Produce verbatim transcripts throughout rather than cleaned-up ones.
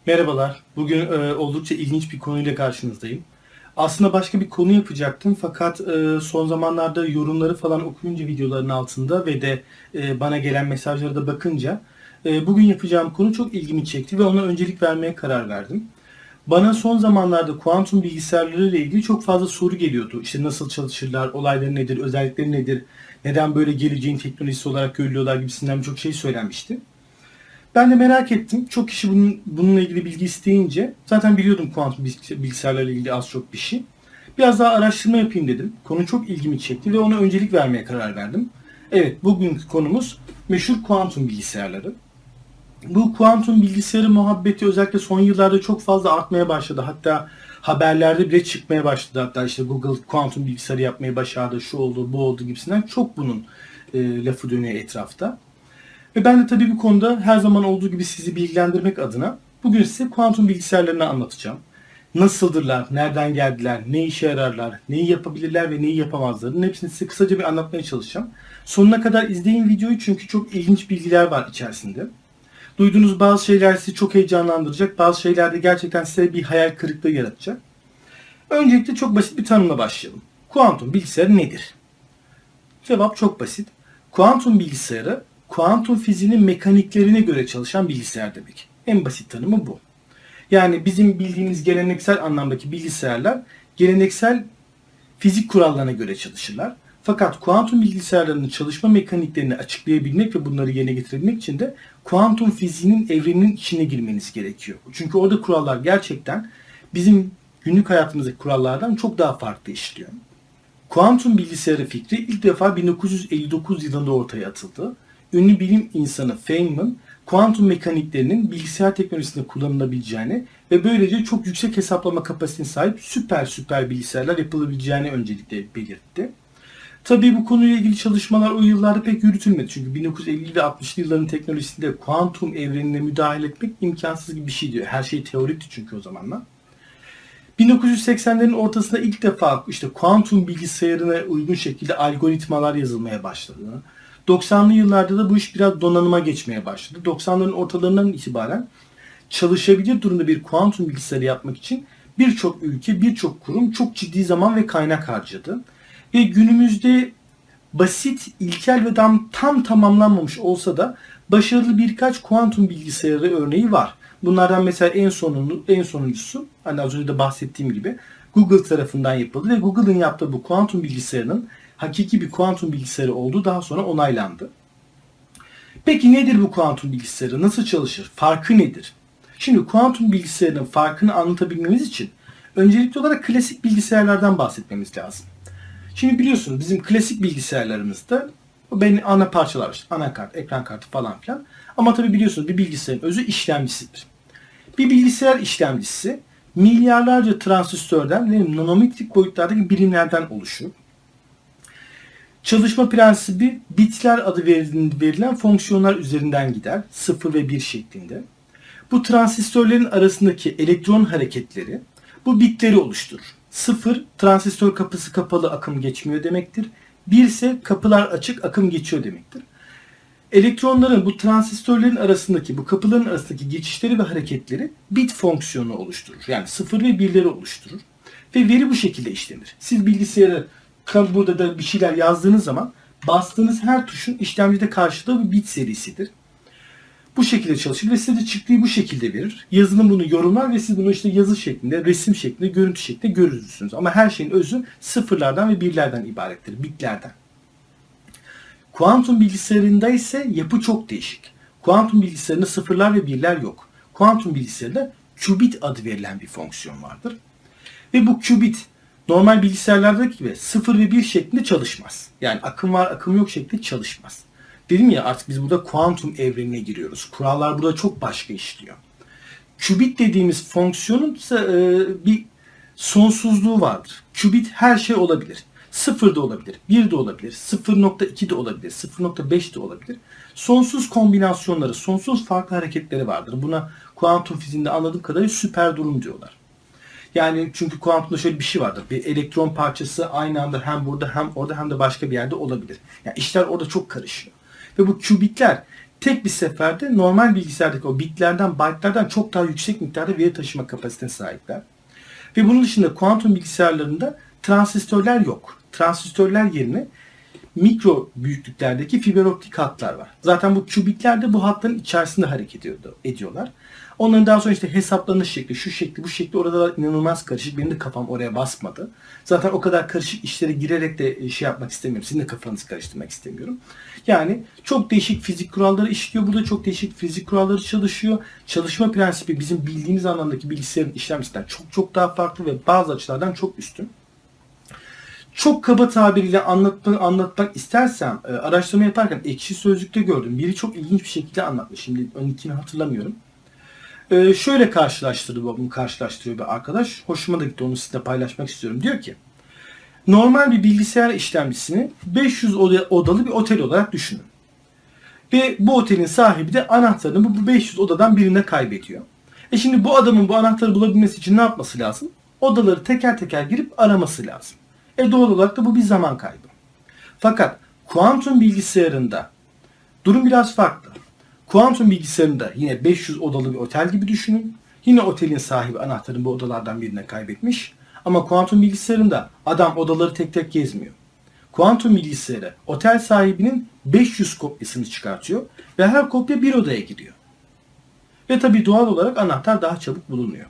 Merhabalar. Bugün e, oldukça ilginç bir konuyla karşınızdayım. Aslında başka bir konu yapacaktım fakat e, son zamanlarda yorumları falan okuyunca videoların altında ve de e, bana gelen mesajlara da bakınca e, bugün yapacağım konu çok ilgimi çekti ve ona öncelik vermeye karar verdim. Bana son zamanlarda kuantum bilgisayarları ile ilgili çok fazla soru geliyordu. İşte nasıl çalışırlar, olayları nedir, özellikleri nedir, neden böyle geleceğin teknolojisi olarak görülüyorlar gibisinden birçok şey söylenmişti. Ben de merak ettim. Çok kişi bunun, bununla ilgili bilgi isteyince zaten biliyordum kuantum bilgisayarlarla ilgili az çok bir şey. Biraz daha araştırma yapayım dedim. Konu çok ilgimi çekti ve ona öncelik vermeye karar verdim. Evet, bugünkü konumuz meşhur kuantum bilgisayarları. Bu kuantum bilgisayarı muhabbeti özellikle son yıllarda çok fazla artmaya başladı. Hatta haberlerde bile çıkmaya başladı. Hatta işte Google kuantum bilgisayarı yapmayı başardı, şu oldu, bu oldu gibisinden çok bunun e, lafı dönüyor etrafta. Ve ben de tabii bu konuda her zaman olduğu gibi sizi bilgilendirmek adına bugün size kuantum bilgisayarlarını anlatacağım. Nasıldırlar, nereden geldiler, ne işe yararlar, neyi yapabilirler ve neyi yapamazlarının hepsini size kısaca bir anlatmaya çalışacağım. Sonuna kadar izleyin videoyu çünkü çok ilginç bilgiler var içerisinde. Duyduğunuz bazı şeyler sizi çok heyecanlandıracak, bazı şeyler de gerçekten size bir hayal kırıklığı yaratacak. Öncelikle çok basit bir tanımla başlayalım. Kuantum bilgisayarı nedir? Cevap çok basit. Kuantum bilgisayarı, kuantum fiziğinin mekaniklerine göre çalışan bilgisayar demek. En basit tanımı bu. Yani bizim bildiğimiz geleneksel anlamdaki bilgisayarlar geleneksel fizik kurallarına göre çalışırlar. Fakat kuantum bilgisayarlarının çalışma mekaniklerini açıklayabilmek ve bunları yerine getirebilmek için de kuantum fiziğinin evreninin içine girmeniz gerekiyor. Çünkü orada kurallar gerçekten bizim günlük hayatımızdaki kurallardan çok daha farklı işliyor. Kuantum bilgisayarı fikri ilk defa bin dokuz yüz elli dokuz yılında ortaya atıldı. Ünlü bilim insanı Feynman, kuantum mekaniklerinin bilgisayar teknolojisinde kullanılabileceğini ve böylece çok yüksek hesaplama kapasitesine sahip süper süper bilgisayarlar yapılabileceğini öncelikle belirtti. Tabii bu konuyla ilgili çalışmalar o yıllarda pek yürütülmedi. Çünkü bin dokuz yüz elli ve altmışlı yılların teknolojisinde kuantum evrenine müdahale etmek imkansız gibi bir şey diyor. Her şey teorikti çünkü o zamanlar. bin dokuz yüz seksenlerin ortasında ilk defa işte kuantum bilgisayarına uygun şekilde algoritmalar yazılmaya başladı. doksanlı yıllarda da bu iş biraz donanıma geçmeye başladı. doksanların ortalarından itibaren çalışabilir durumda bir kuantum bilgisayarı yapmak için birçok ülke, birçok kurum çok ciddi zaman ve kaynak harcadı. Ve günümüzde basit, ilkel ve tam, tam tamamlanmamış olsa da başarılı birkaç kuantum bilgisayarı örneği var. Bunlardan mesela en sonunu, en sonuncusu, hani az önce de bahsettiğim gibi Google tarafından yapıldı ve Google'ın yaptığı bu kuantum bilgisayarının hakiki bir kuantum bilgisayarı olduğu daha sonra onaylandı. Peki nedir bu kuantum bilgisayarı? Nasıl çalışır? Farkı nedir? Şimdi kuantum bilgisayarının farkını anlatabilmemiz için öncelikli olarak klasik bilgisayarlardan bahsetmemiz lazım. Şimdi biliyorsunuz bizim klasik bilgisayarlarımızda benim ana parçalar işte anakart, ekran kartı falan filan. Ama tabi biliyorsunuz bir bilgisayarın özü işlemcisidir. Bir bilgisayar işlemcisi milyarlarca transistörden ve nanometrik boyutlardaki birimlerden oluşur. Çalışma prensibi bitler adı verilen fonksiyonlar üzerinden gider. sıfır ve bir şeklinde. Bu transistörlerin arasındaki elektron hareketleri bu bitleri oluşturur. sıfır transistör kapısı kapalı akım geçmiyor demektir. bir ise kapılar açık akım geçiyor demektir. Elektronların bu transistörlerin arasındaki bu kapıların arasındaki geçişleri ve hareketleri bit fonksiyonu oluşturur. Yani sıfır ve birleri oluşturur. Ve veri bu şekilde işlenir. Siz bilgisayara burada da bir şeyler yazdığınız zaman bastığınız her tuşun işlemcide karşılığı bir bit serisidir. Bu şekilde çalışır ve size de çıktığı bu şekilde verir. Yazılım bunu yorumlar ve siz bunu işte yazı şeklinde, resim şeklinde, görüntü şeklinde görürsünüz. Ama her şeyin özü sıfırlardan ve birlerden ibarettir, bitlerden. Kuantum bilgisayarında ise yapı çok değişik. Kuantum bilgisayarında sıfırlar ve birler yok. Kuantum bilgisayarında qubit adı verilen bir fonksiyon vardır. Ve bu qubit normal bilgisayarlardaki gibi sıfır ve bir şeklinde çalışmaz. Yani akım var, akım yok şeklinde çalışmaz. Dedim ya artık biz burada kuantum evrenine giriyoruz. Kurallar burada çok başka işliyor. Qubit dediğimiz fonksiyonun ise e, bir sonsuzluğu vardır. Qubit her şey olabilir. sıfır da olabilir, bir de olabilir, sıfır nokta iki de olabilir, sıfır nokta beş de olabilir. Sonsuz kombinasyonları, sonsuz farklı hareketleri vardır. Buna kuantum fiziğinde anladığım kadarıyla süper durum diyorlar. Yani çünkü kuantumda şöyle bir şey vardır. Bir elektron parçası aynı anda hem burada hem orada hem de başka bir yerde olabilir. Yani işler orada çok karışıyor. Ve bu qubitler tek bir seferde normal bilgisayardaki o bitlerden, byte'lardan çok daha yüksek miktarda veri taşıma kapasitesine sahipler. Ve bunun dışında kuantum bilgisayarlarında transistörler yok. Transistörler yerine mikro büyüklüklerdeki fiber optik hatlar var. Zaten bu kübikler de bu hatların içerisinde hareket ediyorlar. Onların daha sonra işte hesaplanış şekli, şu şekli, bu şekli orada inanılmaz karışık. Benim de kafam oraya basmadı. Zaten o kadar karışık işlere girerek de şey yapmak istemiyorum. Sizin de kafanızı karıştırmak istemiyorum. Yani çok değişik fizik kuralları işliyor. Burada çok değişik fizik kuralları çalışıyor. Çalışma prensibi bizim bildiğimiz anlamdaki bilgisayarın işlemcisinden çok çok daha farklı ve bazı açılardan çok üstün. Çok kaba tabiriyle anlatmak, anlatmak istersem e, araştırma yaparken Ekşi Sözlük'te gördüm. Biri çok ilginç bir şekilde anlatmış. Şimdi önkini hatırlamıyorum. E, şöyle karşılaştırıyor, bunu karşılaştırıyor bir arkadaş. Hoşuma da gitti, onu sizinle paylaşmak istiyorum. Diyor ki normal bir bilgisayar işlemcisini beş yüz odalı bir otel olarak düşünün. Ve bu otelin sahibi de anahtarını bu beş yüz odadan birine kaybediyor. E şimdi bu adamın bu anahtarı bulabilmesi için ne yapması lazım? Odaları teker teker girip araması lazım. E doğal olarak da bu bir zaman kaybı. Fakat kuantum bilgisayarında durum biraz farklı. Kuantum bilgisayarında yine beş yüz odalı bir otel gibi düşünün. Yine otelin sahibi anahtarını bu odalardan birine kaybetmiş. Ama kuantum bilgisayarında adam odaları tek tek gezmiyor. Kuantum bilgisayarı otel sahibinin beş yüz kopyasını çıkartıyor ve her kopya bir odaya gidiyor. Ve tabii doğal olarak anahtar daha çabuk bulunuyor.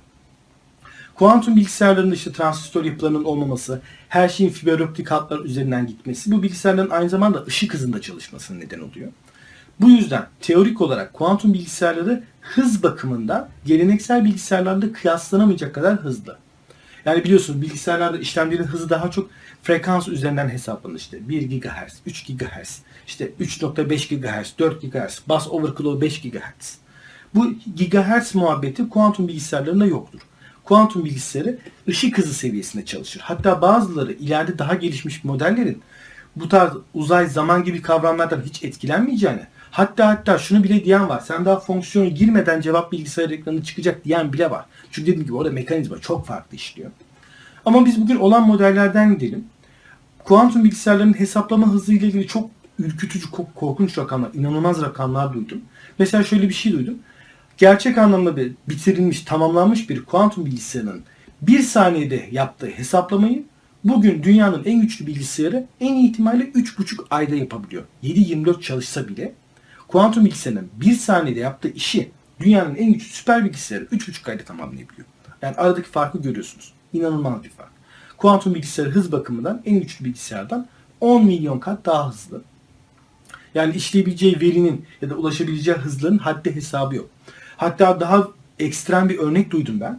Kuantum bilgisayarlarında işte transistör yapılarının olmaması, her şeyin fiber optik hatlar üzerinden gitmesi bu bilgisayarların aynı zamanda ışık hızında çalışmasına neden oluyor. Bu yüzden teorik olarak kuantum bilgisayarları hız bakımından geleneksel bilgisayarlarla kıyaslanamayacak kadar hızlı. Yani biliyorsunuz bilgisayarlarda işlemlerin hızı daha çok frekans üzerinden hesaplanır. İşte bir gigahertz, üç gigahertz, işte üç nokta beş gigahertz, dört gigahertz, bus overflow beş gigahertz. Bu gigahertz muhabbeti kuantum bilgisayarlarında yoktur. Kuantum bilgisayarı ışık hızı seviyesinde çalışır. Hatta bazıları ileride daha gelişmiş modellerin bu tarz uzay zaman gibi kavramlardan hiç etkilenmeyeceğini, hatta hatta şunu bile diyen var. Sen daha fonksiyona girmeden cevap bilgisayar ekranı çıkacak diyen bile var. Çünkü dediğim gibi orada mekanizma çok farklı işliyor. Ama biz bugün olan modellerden gidelim. Kuantum bilgisayarların hesaplama hızı ile ilgili çok ürkütücü, korkunç rakamlar, inanılmaz rakamlar duydum. Mesela şöyle bir şey duydum. Gerçek anlamda bir bitirilmiş, tamamlanmış bir kuantum bilgisayarının bir saniyede yaptığı hesaplamayı bugün dünyanın en güçlü bilgisayarı en iyi ihtimalle üç buçuk ayda yapabiliyor. yedi yirmi dört çalışsa bile kuantum bilgisayarının bir saniyede yaptığı işi dünyanın en güçlü süper bilgisayarı üç buçuk ayda tamamlayabiliyor. Yani aradaki farkı görüyorsunuz. İnanılmaz bir fark. Kuantum bilgisayarı hız bakımından en güçlü bilgisayardan on milyon kat daha hızlı. Yani işleyebileceği verinin ya da ulaşabileceği hızların haddi hesabı yok. Hatta daha ekstrem bir örnek duydum ben.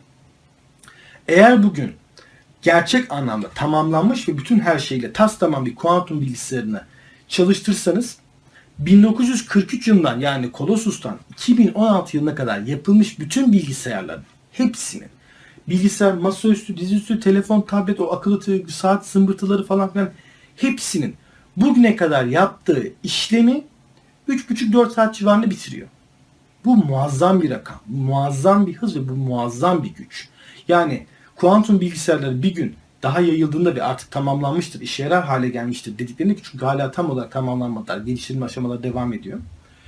Eğer bugün gerçek anlamda tamamlanmış ve bütün her şeyle tas tamam bir kuantum bilgisayarını çalıştırsanız bin dokuz yüz kırk üç yılından yani Colossus'tan iki bin on altı yılına kadar yapılmış bütün bilgisayarların hepsinin bilgisayar, masaüstü, dizüstü, telefon, tablet, o akıllı saat zımbırtıları falan filan hepsinin bugüne kadar yaptığı işlemi üç buçuk dört saat civarında bitiriyor. Bu muazzam bir rakam, muazzam bir hız ve bu muazzam bir güç. Yani kuantum bilgisayarları bir gün daha yayıldığında ve artık tamamlanmıştır, işe yarar hale gelmiştir dediklerinde çünkü hala tam olarak tamamlanmadılar, geliştirme aşamaları devam ediyor.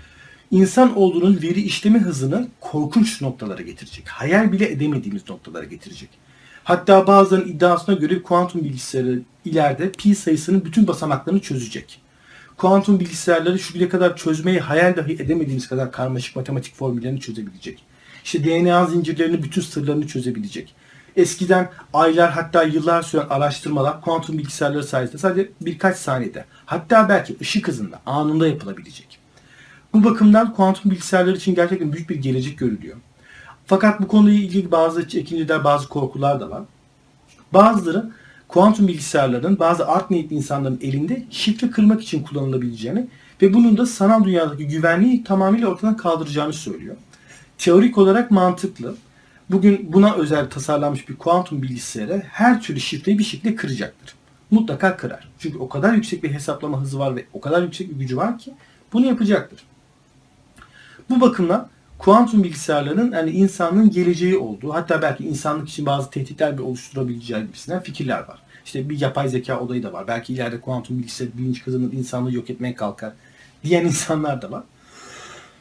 İnsan olduğunun veri işleme hızını korkunç noktalara getirecek. Hayal bile edemediğimiz noktalara getirecek. Hatta bazılarının iddiasına göre kuantum bilgisayarı ileride pi sayısının bütün basamaklarını çözecek. Kuantum bilgisayarları şu güne kadar çözmeyi hayal dahi edemediğimiz kadar karmaşık matematik formüllerini çözebilecek. İşte D N A zincirlerinin bütün sırlarını çözebilecek. Eskiden aylar hatta yıllar süren araştırmalar kuantum bilgisayarları sayesinde sadece birkaç saniyede hatta belki ışık hızında anında yapılabilecek. Bu bakımdan kuantum bilgisayarlar için gerçekten büyük bir gelecek görülüyor. Fakat bu konuyla ilgili bazı çekinceler, bazı korkular da var. Bazıları kuantum bilgisayarların bazı art niyetli insanların elinde şifre kırmak için kullanılabileceğini ve bunun da sanal dünyadaki güvenliği tamamıyla ortadan kaldıracağını söylüyor. Teorik olarak mantıklı. Bugün buna özel tasarlanmış bir kuantum bilgisayarı her türlü şifreyi bir şekilde kıracaktır. Mutlaka kırar. Çünkü o kadar yüksek bir hesaplama hızı var ve o kadar yüksek bir gücü var ki bunu yapacaktır. Bu bakımdan kuantum bilgisayarların yani insanlığın geleceği olduğu, hatta belki insanlık için bazı tehditler bir oluşturabileceği gibisinden fikirler var. İşte bir yapay zeka olayı da var. Belki ileride kuantum bilgisayar bilinç kazanıp insanlığı yok etmeye kalkar diyen insanlar da var.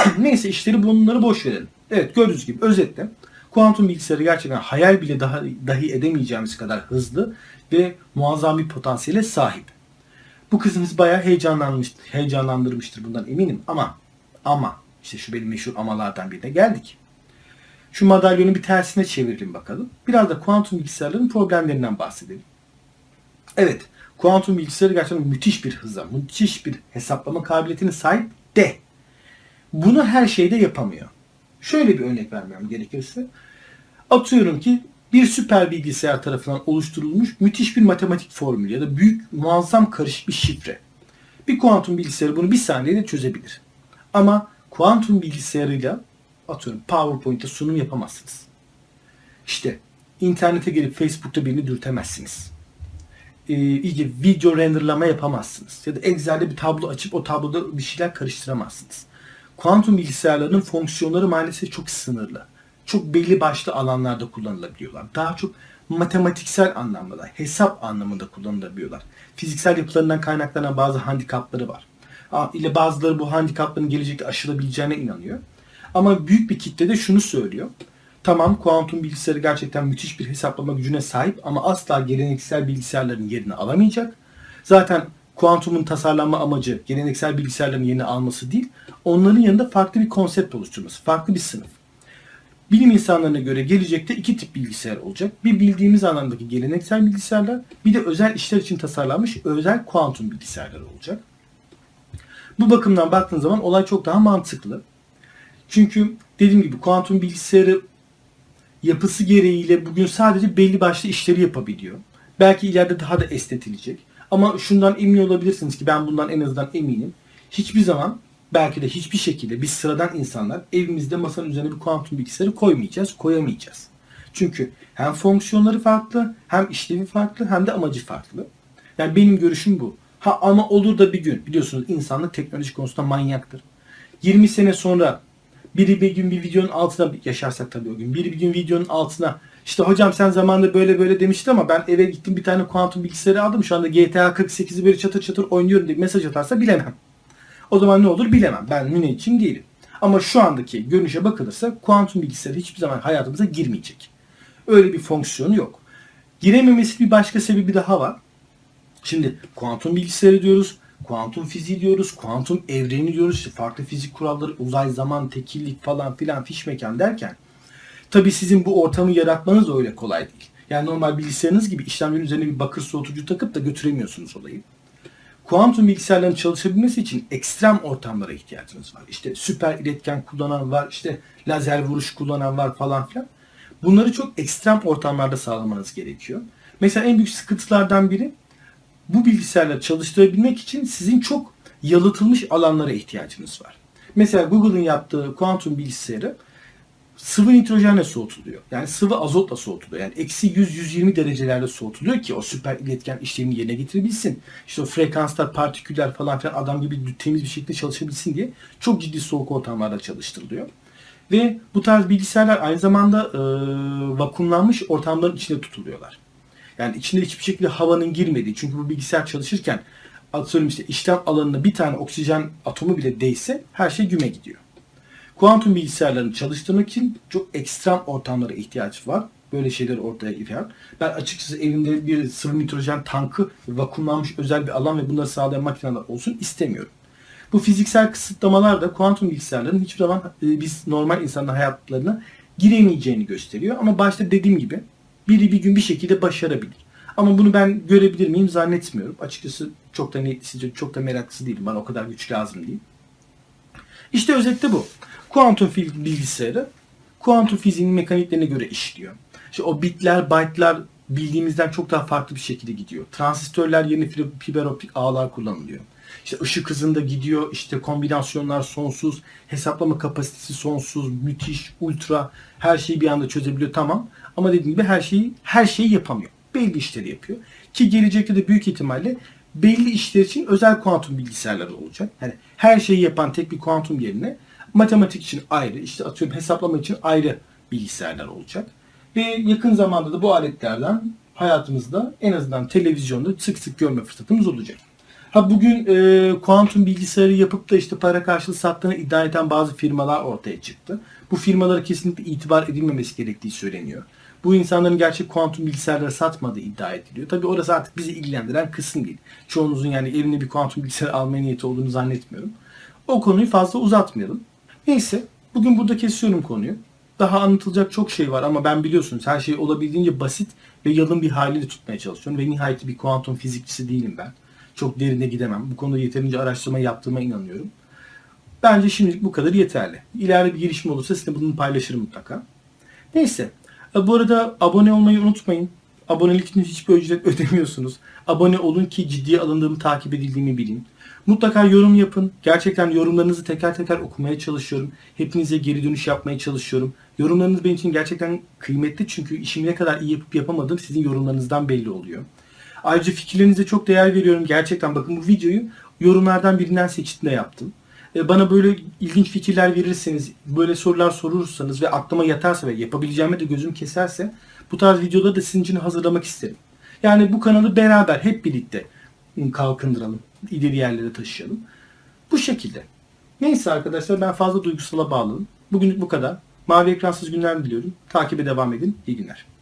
Neyse işleri bunları boş verelim. Evet gördüğünüz gibi özetle kuantum bilgisayarı gerçekten hayal bile daha, dahi edemeyeceğimiz kadar hızlı ve muazzam bir potansiyele sahip. Bu kızımız bayağı heyecanlanmıştır, heyecanlandırmıştır bundan eminim ama ama işte şu benim meşhur amalardan birine geldik. Şu madalyonu bir tersine çevirelim bakalım. Biraz da kuantum bilgisayarların problemlerinden bahsedelim. Evet, kuantum bilgisayarı gerçekten müthiş bir hıza, müthiş bir hesaplama kabiliyetine sahip de bunu her şeyde yapamıyor. Şöyle bir örnek vermem gerekirse. Atıyorum ki bir süper bilgisayar tarafından oluşturulmuş müthiş bir matematik formülü ya da büyük muazzam karışık bir şifre. Bir kuantum bilgisayarı bunu bir saniyede çözebilir. Ama kuantum bilgisayarıyla atıyorum PowerPoint'te sunum yapamazsınız. İşte internete gelip Facebook'ta birini dürtemezsiniz. Ee, iyice video renderlama yapamazsınız. Ya da Excel'de bir tablo açıp o tabloda bir şeyler karıştıramazsınız. Kuantum bilgisayarlarının fonksiyonları maalesef çok sınırlı. Çok belli başlı alanlarda kullanılabiliyorlar. Daha çok matematiksel anlamda, hesap anlamında kullanılabiliyorlar. Fiziksel yapılarından kaynaklanan bazı handikapları var. İle bazıları bu handikapların gelecekte aşılabileceğine inanıyor. Ama büyük bir kitle de şunu söylüyor. Tamam kuantum bilgisayarı gerçekten müthiş bir hesaplama gücüne sahip ama asla geleneksel bilgisayarların yerini alamayacak. Zaten kuantumun tasarlanma amacı geleneksel bilgisayarların yerini alması değil, onların yanında farklı bir konsept oluşturması, farklı bir sınıf. Bilim insanlarına göre gelecekte iki tip bilgisayar olacak. Bir bildiğimiz anlamdaki geleneksel bilgisayarlar, bir de özel işler için tasarlanmış özel kuantum bilgisayarlar olacak. Bu bakımdan baktığın zaman olay çok daha mantıklı. Çünkü dediğim gibi kuantum bilgisayarı yapısı gereğiyle bugün sadece belli başlı işleri yapabiliyor. Belki ileride daha da estetilecek. Ama şundan emin olabilirsiniz ki ben bundan en azından eminim. Hiçbir zaman belki de hiçbir şekilde biz sıradan insanlar evimizde masanın üzerine bir kuantum bilgisayarı koymayacağız, koyamayacağız. Çünkü hem fonksiyonları farklı, hem işlevi farklı, hem de amacı farklı. Yani benim görüşüm bu. Ha ama olur da bir gün biliyorsunuz insanlık teknoloji konusunda manyaktır. yirmi sene sonra biri bir gün bir videonun altına yaşarsak tabii o gün. Biri bir gün videonun altına işte hocam sen zamanında böyle böyle demiştin ama ben eve gittim bir tane kuantum bilgisayarı aldım. Şu anda G T A kırk sekizi böyle çatır çatır oynuyorum diye mesaj atarsa bilemem. O zaman ne olur bilemem. Ben müneccim değilim. Ama şu andaki görünüşe bakılırsa kuantum bilgisayarı hiçbir zaman hayatımıza girmeyecek. Öyle bir fonksiyonu yok. Girememesi bir başka sebebi daha var. Şimdi kuantum bilgisayarı diyoruz, kuantum fiziği diyoruz, kuantum evreni diyoruz, işte farklı fizik kuralları, uzay, zaman, tekillik falan filan fiş mekan derken tabii sizin bu ortamı yaratmanız da öyle kolay değil. Yani normal bilgisayarınız gibi işlemlerin üzerine bir bakır soğutucu takıp da götüremiyorsunuz olayı. Kuantum bilgisayarların çalışabilmesi için ekstrem ortamlara ihtiyacınız var. İşte süper iletken kullanan var, işte lazer vuruş kullanan var falan filan. Bunları çok ekstrem ortamlarda sağlamanız gerekiyor. Mesela en büyük sıkıntılardan biri bu bilgisayarları çalıştırabilmek için sizin çok yalıtılmış alanlara ihtiyacınız var. Mesela Google'ın yaptığı kuantum bilgisayarı sıvı nitrojenle soğutuluyor. Yani sıvı azotla soğutuluyor. Yani eksi yüz yüz yirmi derecelerde soğutuluyor ki o süper iletken işlemini yerine getirebilsin. İşte o frekanslar, partiküller falan filan adam gibi temiz bir şekilde çalışabilsin diye çok ciddi soğuk ortamlarda çalıştırılıyor. Ve bu tarz bilgisayarlar aynı zamanda e, vakumlanmış ortamların içinde tutuluyorlar. Yani içinde hiçbir şekilde havanın girmediği. Çünkü bu bilgisayar çalışırken atıyorum işte işlem alanına bir tane oksijen atomu bile değse her şey güme gidiyor. Kuantum bilgisayarlarını çalıştırmak için çok ekstrem ortamlara ihtiyaç var. Böyle şeyler ortaya giriyor. Ben açıkçası evimde bir sıvı nitrojen tankı, vakumlanmış özel bir alan ve bunları sağlayan makineler olsun istemiyorum. Bu fiziksel kısıtlamalar da kuantum bilgisayarların hiçbir zaman e, biz normal insanların hayatlarına giremeyeceğini gösteriyor. Ama başta dediğim gibi biri bir gün bir şekilde başarabilir. Ama bunu ben görebilir miyim zannetmiyorum. Açıkçası çok da niyetlisi, çok da meraklısı değilim. Bana o kadar güç lazım değil. İşte özetle bu. Kuantum bilgisayarı kuantum fiziğinin mekaniklerine göre işliyor. İşte o bitler, byte'lar bildiğimizden çok daha farklı bir şekilde gidiyor. Transistörler yerine fiber optik ağlar kullanılıyor. İşte ışık hızında gidiyor. İşte kombinasyonlar sonsuz, hesaplama kapasitesi sonsuz, müthiş, ultra, her şeyi bir anda çözebiliyor tamam. Ama dediğim gibi her şeyi her şeyi yapamıyor. Belli işleri yapıyor. Ki gelecekte de büyük ihtimalle belli işler için özel kuantum bilgisayarları olacak. Yani her şeyi yapan tek bir kuantum yerine matematik için ayrı, işte atıyorum hesaplama için ayrı bilgisayarlar olacak. Ve yakın zamanda da bu aletlerden hayatımızda en azından televizyonda sık sık görme fırsatımız olacak. Ha bugün e, kuantum bilgisayarı yapıp da işte para karşılığı sattığını iddia eden bazı firmalar ortaya çıktı. Bu firmalara kesinlikle itibar edilmemesi gerektiği söyleniyor. Bu insanların gerçek kuantum bilgisayarları satmadığı iddia ediliyor. Tabii orası artık bizi ilgilendiren kısım değil. Çoğunuzun yani evine bir kuantum bilgisayar almaya niyeti olduğunu zannetmiyorum. O konuyu fazla uzatmayalım. Neyse, bugün burada kesiyorum konuyu. Daha anlatılacak çok şey var ama ben biliyorsunuz her şeyi olabildiğince basit ve yalın bir haliyle tutmaya çalışıyorum. Ve nihayet bir kuantum fizikçisi değilim ben. Çok derine gidemem. Bu konuda yeterince araştırma yaptığıma inanıyorum. Bence şimdilik bu kadar yeterli. İleride bir gelişme olursa sizinle bunu paylaşırım mutlaka. Neyse. Bu arada abone olmayı unutmayın. Abonelik için hiçbir ücret ödemiyorsunuz. Abone olun ki ciddiye alındığımı, takip edildiğimi bilin. Mutlaka yorum yapın. Gerçekten yorumlarınızı teker teker okumaya çalışıyorum. Hepinize geri dönüş yapmaya çalışıyorum. Yorumlarınız benim için gerçekten kıymetli çünkü işimi ne kadar iyi yapıp yapamadığım sizin yorumlarınızdan belli oluyor. Ayrıca fikirlerinize çok değer veriyorum. Gerçekten bakın bu videoyu yorumlardan birinden seçtim de yaptım. Bana böyle ilginç fikirler verirseniz, böyle sorular sorursanız ve aklıma yatarsa ve yapabileceğime de gözüm keserse bu tarz videoları da sizin için hazırlamak isterim. Yani bu kanalı beraber hep birlikte kalkındıralım, ileri yerlere taşıyalım. Bu şekilde. Neyse arkadaşlar ben fazla duygusala bağladım. Bugünlük bu kadar. Mavi ekransız günler diliyorum. Takibe devam edin. İyi günler.